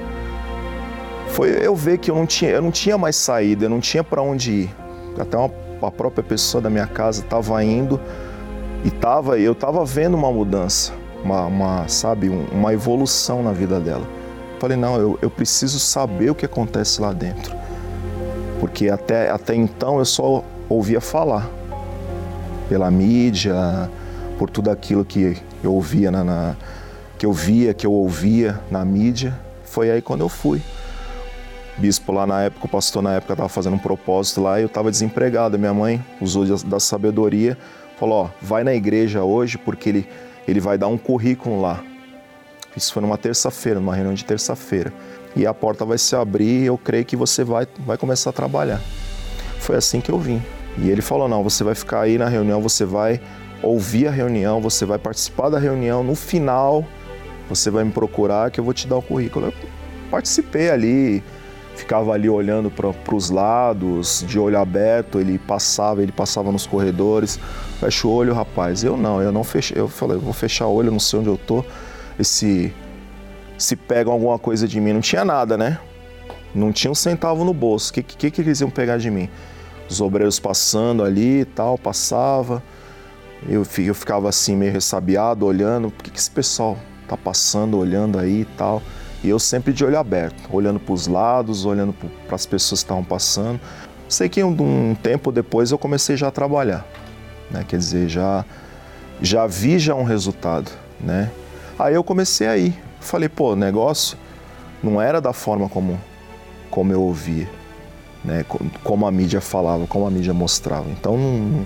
Speaker 6: eu ver que eu não tinha mais saída, eu não tinha para onde ir. Até a própria pessoa da minha casa estava indo e eu estava vendo uma mudança, uma evolução na vida dela. Falei, não, eu preciso saber o que acontece lá dentro. Porque até então eu só ouvia falar pela mídia, por tudo aquilo que eu ouvia que eu ouvia na mídia. Foi aí quando eu fui. Bispo lá na época, o pastor na época estava fazendo um propósito lá e eu estava desempregado. Minha mãe usou da sabedoria, falou, vai na igreja hoje porque ele vai dar um currículo lá. Isso foi numa terça-feira, numa reunião de terça-feira. e a porta vai se abrir e eu creio que você vai começar a trabalhar. Foi assim que eu vim. E ele falou, não, você vai ficar aí na reunião, você vai ouvir a reunião, você vai participar da reunião, no final você vai me procurar que eu vou te dar o currículo. Eu participei ali, ficava ali olhando para os lados, de olho aberto, ele passava nos corredores. Fecha o olho, rapaz. Eu não fechei. Eu falei, eu vou fechar o olho, eu não sei onde eu tô. Se pegam alguma coisa de mim, não tinha nada, né? Não tinha um centavo no bolso. O que eles iam pegar de mim? Os obreiros passando ali e tal, passava. Eu ficava assim meio ressabiado, olhando. Por que esse pessoal tá passando, olhando aí e tal? E eu sempre de olho aberto, olhando para os lados, olhando para as pessoas que estavam passando. Sei que um tempo depois eu comecei já a trabalhar, né? Quer dizer, já vi um resultado, né? Aí eu comecei a ir. Falei, pô, o negócio não era da forma como eu ouvia, né? Como a mídia falava, como a mídia mostrava. Então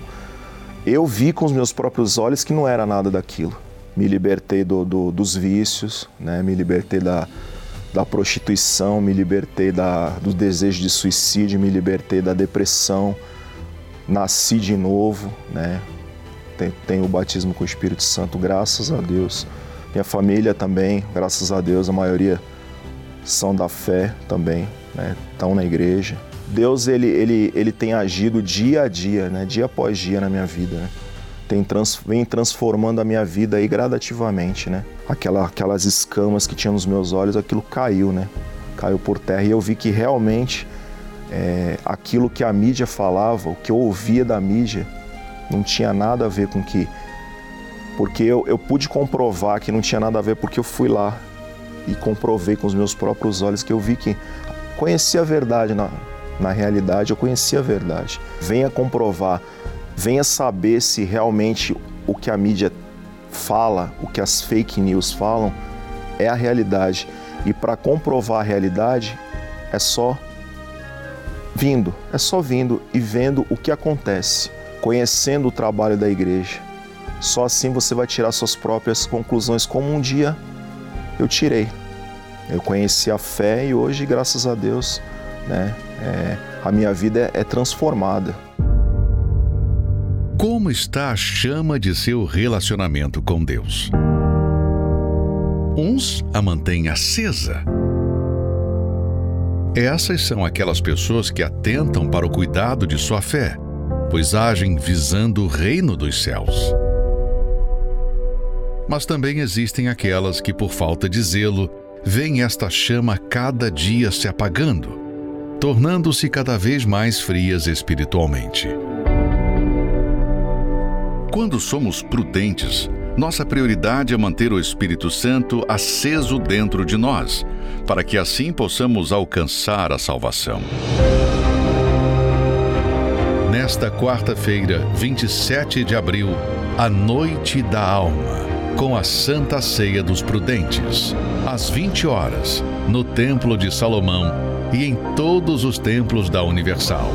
Speaker 6: eu vi com os meus próprios olhos que não era nada daquilo. Me libertei dos vícios, né? Me libertei da prostituição, me libertei do desejo de suicídio, me libertei da depressão, nasci de novo, né? Tenho o batismo com o Espírito Santo, graças a Deus. Minha família também, graças a Deus, a maioria são da fé também, né? Estão na igreja. Deus, ele tem agido dia a dia, né? Dia após dia na minha vida, né? Vem transformando a minha vida aí gradativamente, né? Aquelas escamas que tinha nos meus olhos, aquilo caiu, né? Caiu por terra e eu vi que realmente aquilo que a mídia falava, o que eu ouvia da mídia, não tinha nada a ver com que... Porque eu pude comprovar que não tinha nada a ver porque eu fui lá e comprovei com os meus próprios olhos que eu vi que conhecia a verdade, na realidade eu conhecia a verdade. Venha comprovar, venha saber se realmente o que a mídia fala, o que as fake news falam, é a realidade. E para comprovar a realidade, é só vindo e vendo o que acontece, conhecendo o trabalho da igreja. Só assim você vai tirar suas próprias conclusões, como um dia eu tirei. Eu conheci a fé e hoje, graças a Deus, né, a minha vida é transformada.
Speaker 1: Como está a chama de seu relacionamento com Deus? Uns a mantêm acesa. Essas são aquelas pessoas que atentam para o cuidado de sua fé, pois agem visando o reino dos céus. Mas também existem aquelas que, por falta de zelo, veem esta chama cada dia se apagando, tornando-se cada vez mais frias espiritualmente. Quando somos prudentes, nossa prioridade é manter o Espírito Santo aceso dentro de nós, para que assim possamos alcançar a salvação. Nesta quarta-feira, 27 de abril, a Noite da Alma, com a Santa Ceia dos Prudentes, às 20 horas, no Templo de Salomão e em todos os templos da Universal.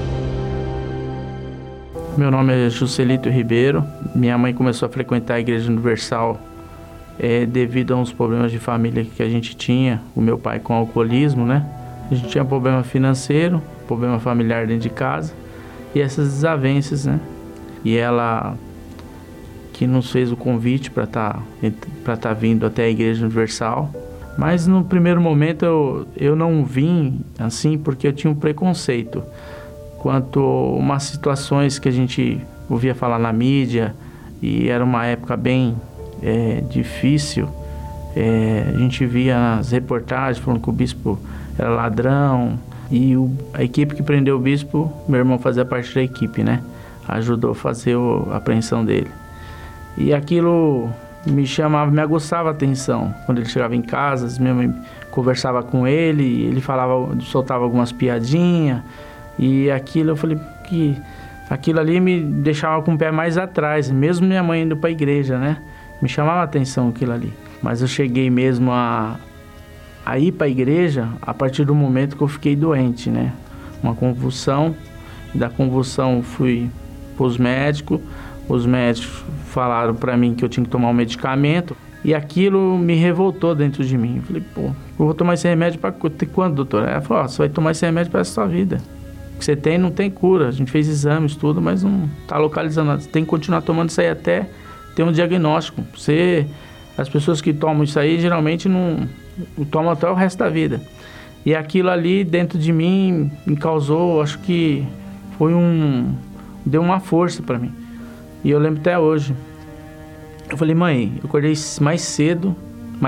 Speaker 7: Meu nome é Juscelito Ribeiro. Minha mãe começou a frequentar a Igreja Universal devido a uns problemas de família que a gente tinha, o meu pai com alcoolismo, né? A gente tinha problema financeiro, problema familiar dentro de casa e essas desavenças, né? E ela que nos fez o convite para tá vindo até a Igreja Universal. Mas no primeiro momento eu não vim assim porque eu tinha um preconceito quanto a umas situações que a gente ouvia falar na mídia e era uma época bem difícil. A gente via as reportagens falando que o bispo era ladrão e a equipe que prendeu o bispo, meu irmão fazia parte da equipe, né? Ajudou a fazer a apreensão dele. E aquilo me aguçava a atenção. Quando ele chegava em casa, minha mãe conversava com ele, ele soltava algumas piadinhas. E aquilo, eu falei que aquilo ali me deixava com o pé mais atrás, mesmo minha mãe indo para a igreja, né? Me chamava a atenção aquilo ali. Mas eu cheguei mesmo a ir para a igreja a partir do momento que eu fiquei doente, né? Uma convulsão. Da convulsão fui para os médicos. Os médicos falaram para mim que eu tinha que tomar um medicamento e aquilo me revoltou dentro de mim. Eu falei, pô, Eu vou tomar esse remédio para quando, doutora? Ela falou, você vai tomar esse remédio para a sua vida. O que você tem não tem cura. A gente fez exames, tudo, mas não está localizando nada. Você tem que continuar tomando isso aí até ter um diagnóstico. As pessoas que tomam isso aí, geralmente não tomam até o resto da vida. E aquilo ali dentro de mim me causou, acho que deu uma força para mim. E eu lembro até hoje. Eu falei, mãe, eu acordei mais cedo,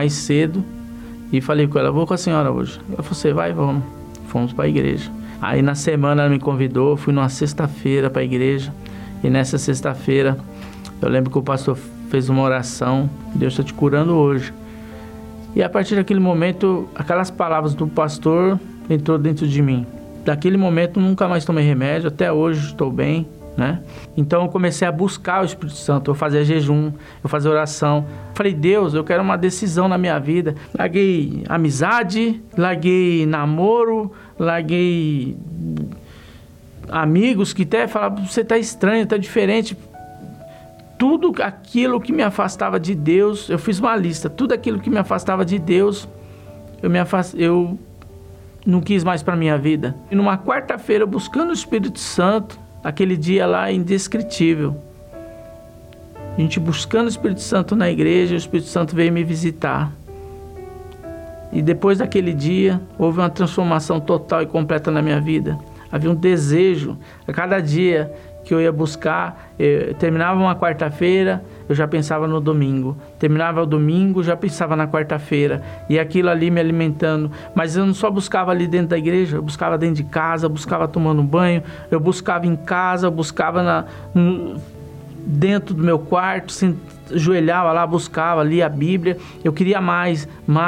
Speaker 7: e falei com ela, vou com a senhora hoje. Ela falou, você vai? Vamos. Fomos para a igreja. Aí na semana ela me convidou, fui numa sexta-feira para a igreja. E nessa sexta-feira, eu lembro que o pastor fez uma oração, Deus está te curando hoje. E a partir daquele momento, aquelas palavras do pastor entrou dentro de mim. Daquele momento, nunca mais tomei remédio, até hoje estou bem, né? Então eu comecei a buscar o Espírito Santo, eu fazia jejum, eu fazia oração. Falei, Deus, eu quero uma decisão na minha vida. Larguei amizade, larguei namoro, larguei amigos que até falavam, você está estranho, está diferente. Tudo aquilo que me afastava de Deus, eu fiz uma lista, tudo aquilo que me afastava de Deus, eu não quis mais para minha vida. E numa quarta-feira, buscando o Espírito Santo, aquele dia lá indescritível, a gente buscando o Espírito Santo na igreja, o Espírito Santo veio me visitar. E depois daquele dia, houve uma transformação total e completa na minha vida. Havia um desejo, a cada dia que eu ia buscar, terminava uma quarta-feira, eu já pensava no domingo. Terminava o domingo, já pensava na quarta-feira. E aquilo ali me alimentando. Mas eu não só buscava ali dentro da igreja, eu buscava dentro de casa, eu buscava tomando banho, eu buscava em casa, eu buscava dentro do meu quarto, ajoelhava lá, buscava, lia a Bíblia. Eu queria mais,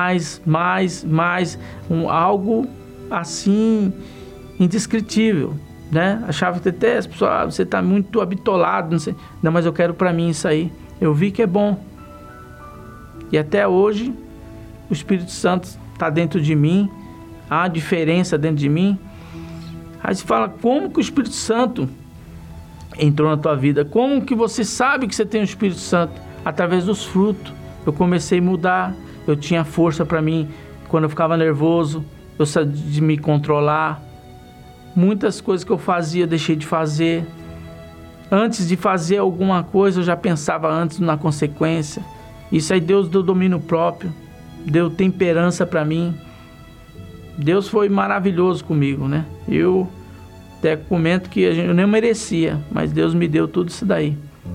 Speaker 7: algo assim indescritível. Né? Achava que até as pessoas, você está muito habitolado, não sei. Não, mas eu quero para mim isso aí. Eu vi que é bom. E até hoje, o Espírito Santo está dentro de mim, há diferença dentro de mim. Aí você fala, como que o Espírito Santo entrou na tua vida? Como que você sabe que você tem o Espírito Santo? Através dos frutos. Eu comecei a mudar, eu tinha força para mim. Quando eu ficava nervoso, eu sabia de me controlar. Muitas coisas que eu fazia, eu deixei de fazer. Antes de fazer alguma coisa, eu já pensava antes na consequência. Isso aí Deus deu domínio próprio, deu temperança para mim. Deus foi maravilhoso comigo, né? Eu até comento que eu nem merecia, mas Deus me deu tudo isso daí.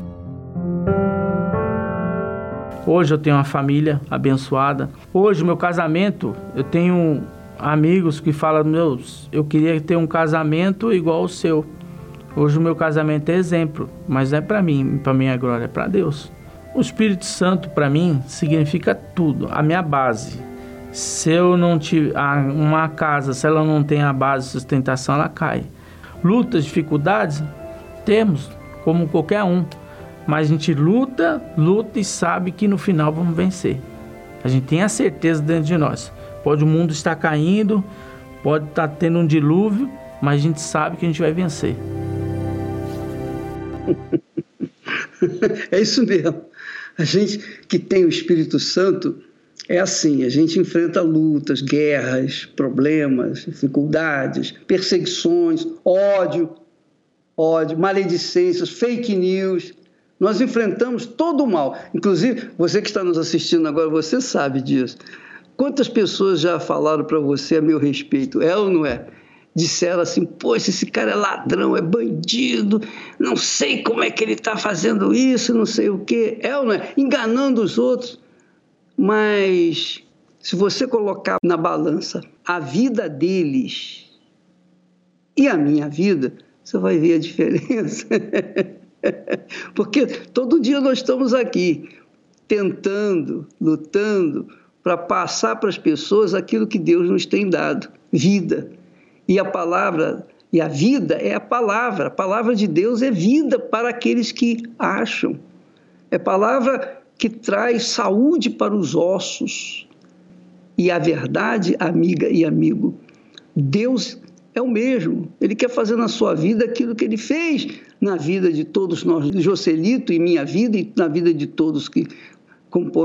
Speaker 7: Hoje eu tenho uma família abençoada. Hoje o meu casamento, eu tenho amigos que falam, eu queria ter um casamento igual ao seu. Hoje o meu casamento é exemplo, mas não é para mim, para minha glória, é para Deus. O Espírito Santo para mim significa tudo, a minha base. Se eu não tiver uma casa, se ela não tem a base de sustentação, ela cai. Lutas, dificuldades, temos, como qualquer um. Mas a gente luta e sabe que no final vamos vencer. A gente tem a certeza dentro de nós. Pode o mundo estar caindo, pode estar tendo um dilúvio, mas a gente sabe que a gente vai vencer.
Speaker 2: É isso mesmo. A gente que tem o Espírito Santo é assim, a gente enfrenta lutas, guerras, problemas, dificuldades, perseguições, ódio, maledicências, fake news. Nós enfrentamos todo o mal. Inclusive, você que está nos assistindo agora, você sabe disso. Quantas pessoas já falaram para você a meu respeito? É ou não é? Disseram assim, poxa, esse cara é ladrão, é bandido, não sei como é que ele está fazendo isso, não sei o quê. É ou não é? Enganando os outros. Mas se você colocar na balança a vida deles e a minha vida, você vai ver a diferença. Porque todo dia nós estamos aqui tentando, lutando para passar para as pessoas aquilo que Deus nos tem dado, vida. E a palavra, e a vida é a palavra de Deus é vida para aqueles que acham. É palavra que traz saúde para os ossos. E a verdade, amiga e amigo, Deus é o mesmo. Ele quer fazer na sua vida aquilo que Ele fez na vida de todos nós, Joselito, e minha vida, e na vida de todos que compõem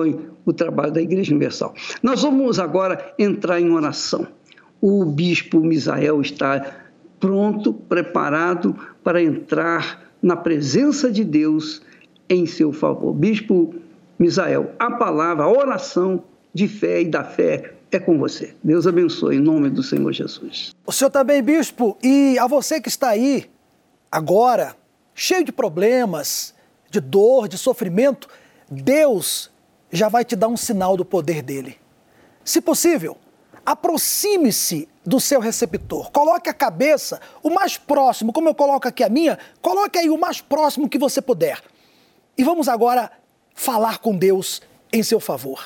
Speaker 2: o trabalho da Igreja Universal. Nós vamos agora entrar em oração. O bispo Misael está pronto, preparado para entrar na presença de Deus em seu favor. Bispo Misael, a palavra, a oração de fé e da fé é com você. Deus abençoe, em nome do Senhor Jesus.
Speaker 8: O senhor também, bispo, e a você que está aí agora, cheio de problemas, de dor, de sofrimento, Deus já vai te dar um sinal do poder dele. Se possível, aproxime-se do seu receptor, coloque a cabeça o mais próximo, como eu coloco aqui a minha, coloque aí o mais próximo que você puder. E vamos agora falar com Deus em seu favor.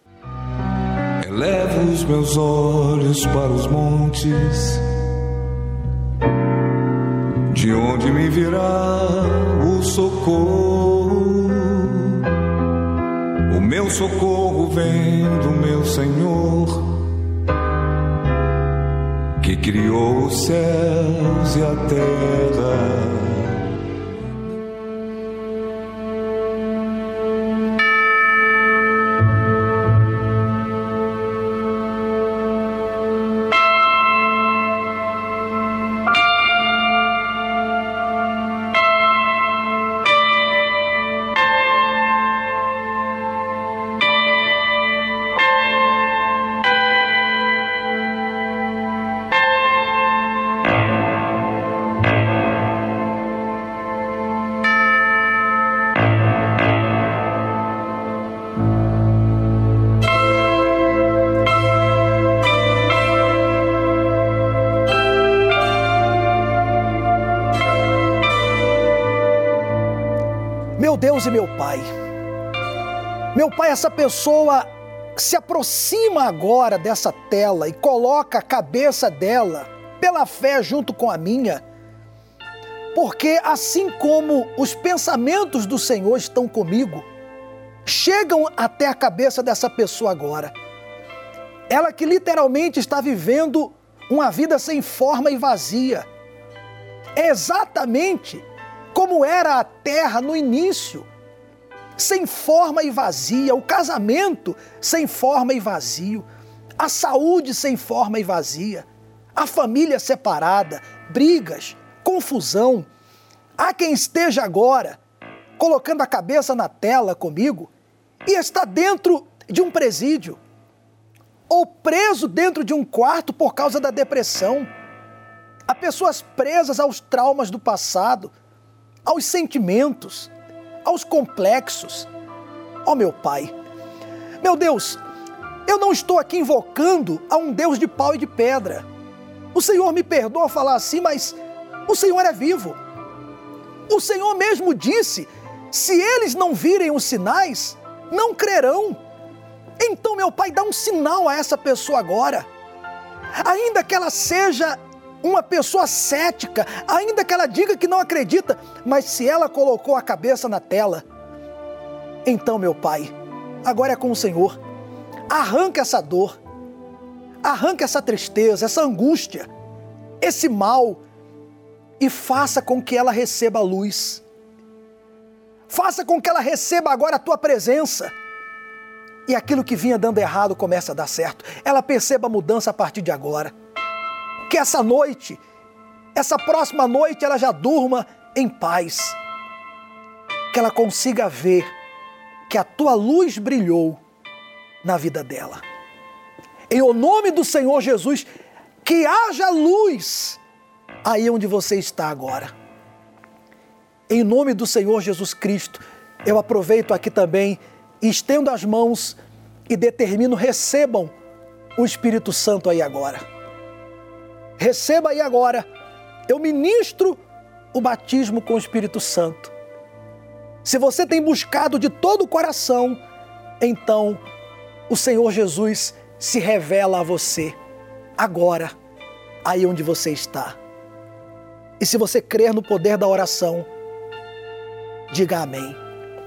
Speaker 9: Elevo os meus olhos para os montes, de onde me virá o socorro. O meu socorro vem do meu Senhor, que criou os céus e a terra.
Speaker 8: Meu Deus e meu Pai, essa pessoa se aproxima agora dessa tela e coloca a cabeça dela pela fé junto com a minha, porque assim como os pensamentos do Senhor estão comigo, chegam até a cabeça dessa pessoa agora. Ela que literalmente está vivendo uma vida sem forma e vazia. É exatamente como era a terra no início, sem forma e vazia, o casamento sem forma e vazio, a saúde sem forma e vazia, a família separada, brigas, confusão. Há quem esteja agora colocando a cabeça na tela comigo e está dentro de um presídio, ou preso dentro de um quarto por causa da depressão. Há pessoas presas aos traumas do passado, aos sentimentos, aos complexos. Ó meu Pai, meu Deus, eu não estou aqui invocando a um Deus de pau e de pedra. O Senhor me perdoa falar assim, mas o Senhor é vivo. O Senhor mesmo disse, se eles não virem os sinais, não crerão. Então, meu Pai, dá um sinal a essa pessoa agora. Ainda que ela seja uma pessoa cética, ainda que ela diga que não acredita, mas se ela colocou a cabeça na tela, então, meu Pai, agora é com o Senhor. Arranca essa dor, arranca essa tristeza, essa angústia, esse mal, e faça com que ela receba a luz. Faça com que ela receba agora a Tua presença. E aquilo que vinha dando errado começa a dar certo. Ela perceba a mudança a partir de agora. Que essa noite, essa próxima noite, ela já durma em paz. Que ela consiga ver que a Tua luz brilhou na vida dela. Em o nome do Senhor Jesus, que haja luz aí onde você está agora. Em nome do Senhor Jesus Cristo, eu aproveito aqui também e estendo as mãos e determino, recebam o Espírito Santo aí agora. Receba aí agora. Eu ministro o batismo com o Espírito Santo. Se você tem buscado de todo o coração, então o Senhor Jesus se revela a você agora, aí onde você está. E se você crer no poder da oração, diga amém.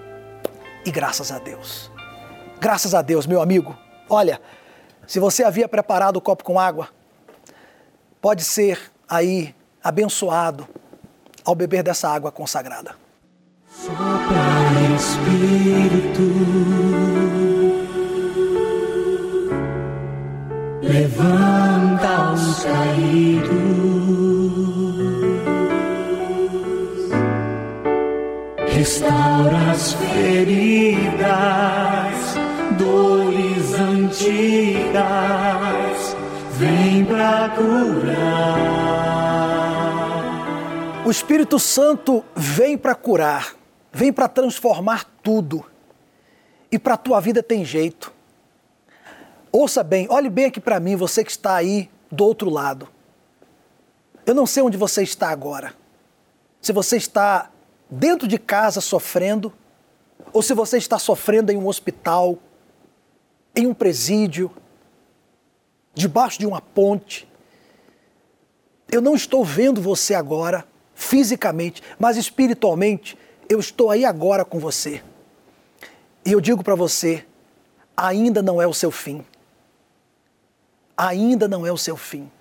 Speaker 8: E graças a Deus. Graças a Deus, meu amigo. Olha, se você havia preparado o copo com água, pode ser aí abençoado ao beber dessa água consagrada.
Speaker 9: Sopra Espírito, levanta os caídos, restaura as feridas, dores antigas, vem pra curar.
Speaker 8: O Espírito Santo vem para curar, vem para transformar tudo. E para a tua vida tem jeito. Ouça bem, olhe bem aqui para mim, você que está aí do outro lado. Eu não sei onde você está agora. Se você está dentro de casa sofrendo, ou se você está sofrendo em um hospital, em um presídio, debaixo de uma ponte. Eu não estou vendo você agora, fisicamente, mas espiritualmente, eu estou aí agora com você. E eu digo para você, ainda não é o seu fim. Ainda não é o seu fim.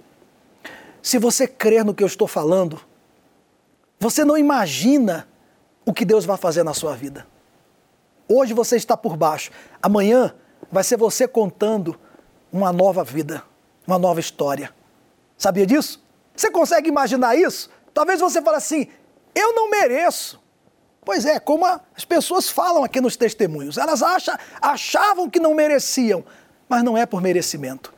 Speaker 8: Se você crer no que eu estou falando, você não imagina o que Deus vai fazer na sua vida. Hoje você está por baixo, amanhã vai ser você contando uma nova vida, uma nova história. Sabia disso? Você consegue imaginar isso? Talvez você fale assim, eu não mereço. Pois é, como as pessoas falam aqui nos testemunhos, elas achavam que não mereciam, mas não é por merecimento.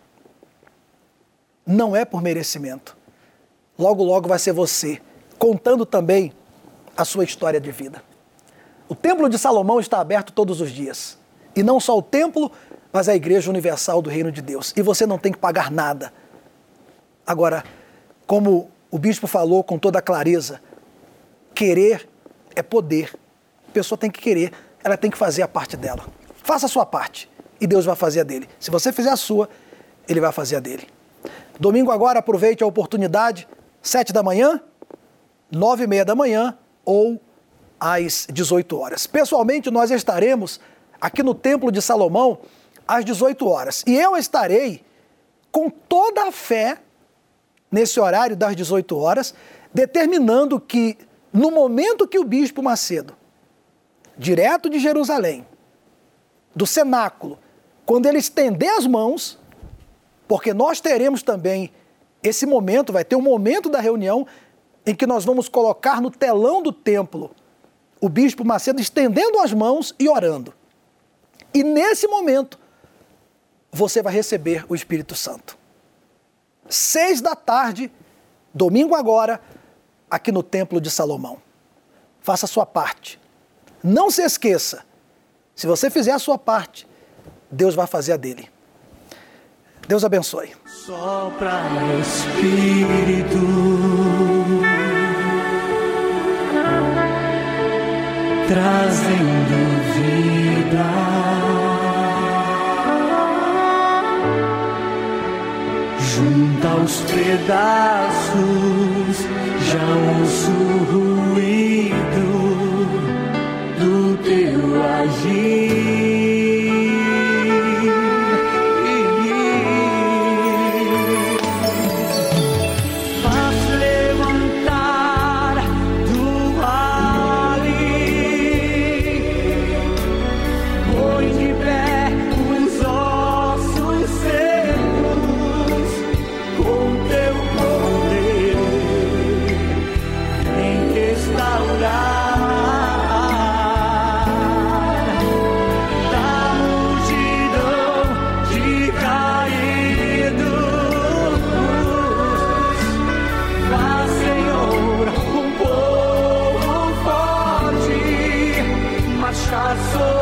Speaker 8: Não é por merecimento. Logo, logo vai ser você, contando também a sua história de vida. O Templo de Salomão está aberto todos os dias. E não só o templo, mas a Igreja Universal do Reino de Deus. E você não tem que pagar nada. Agora, como o bispo falou com toda a clareza, querer é poder. A pessoa tem que querer, ela tem que fazer a parte dela. Faça a sua parte e Deus vai fazer a dele. Se você fizer a sua, Ele vai fazer a dele. Domingo agora, aproveite a oportunidade, 7 da manhã, 9h30 da manhã ou às 18 horas. Pessoalmente, nós estaremos aqui no Templo de Salomão às 18 horas. E eu estarei com toda a fé nesse horário das 18 horas, determinando que no momento que o Bispo Macedo, direto de Jerusalém, do cenáculo, quando ele estender as mãos, porque nós teremos também esse momento, vai ter um momento da reunião em que nós vamos colocar no telão do templo o Bispo Macedo estendendo as mãos e orando. E nesse momento, você vai receber o Espírito Santo. 6 da tarde, domingo agora, aqui no Templo de Salomão. Faça a sua parte. Não se esqueça, se você fizer a sua parte, Deus vai fazer a dele. Deus abençoe.
Speaker 9: Sopra Espírito, trazendo vida, junta os pedaços, já ouço o ruído do teu agir. Soul.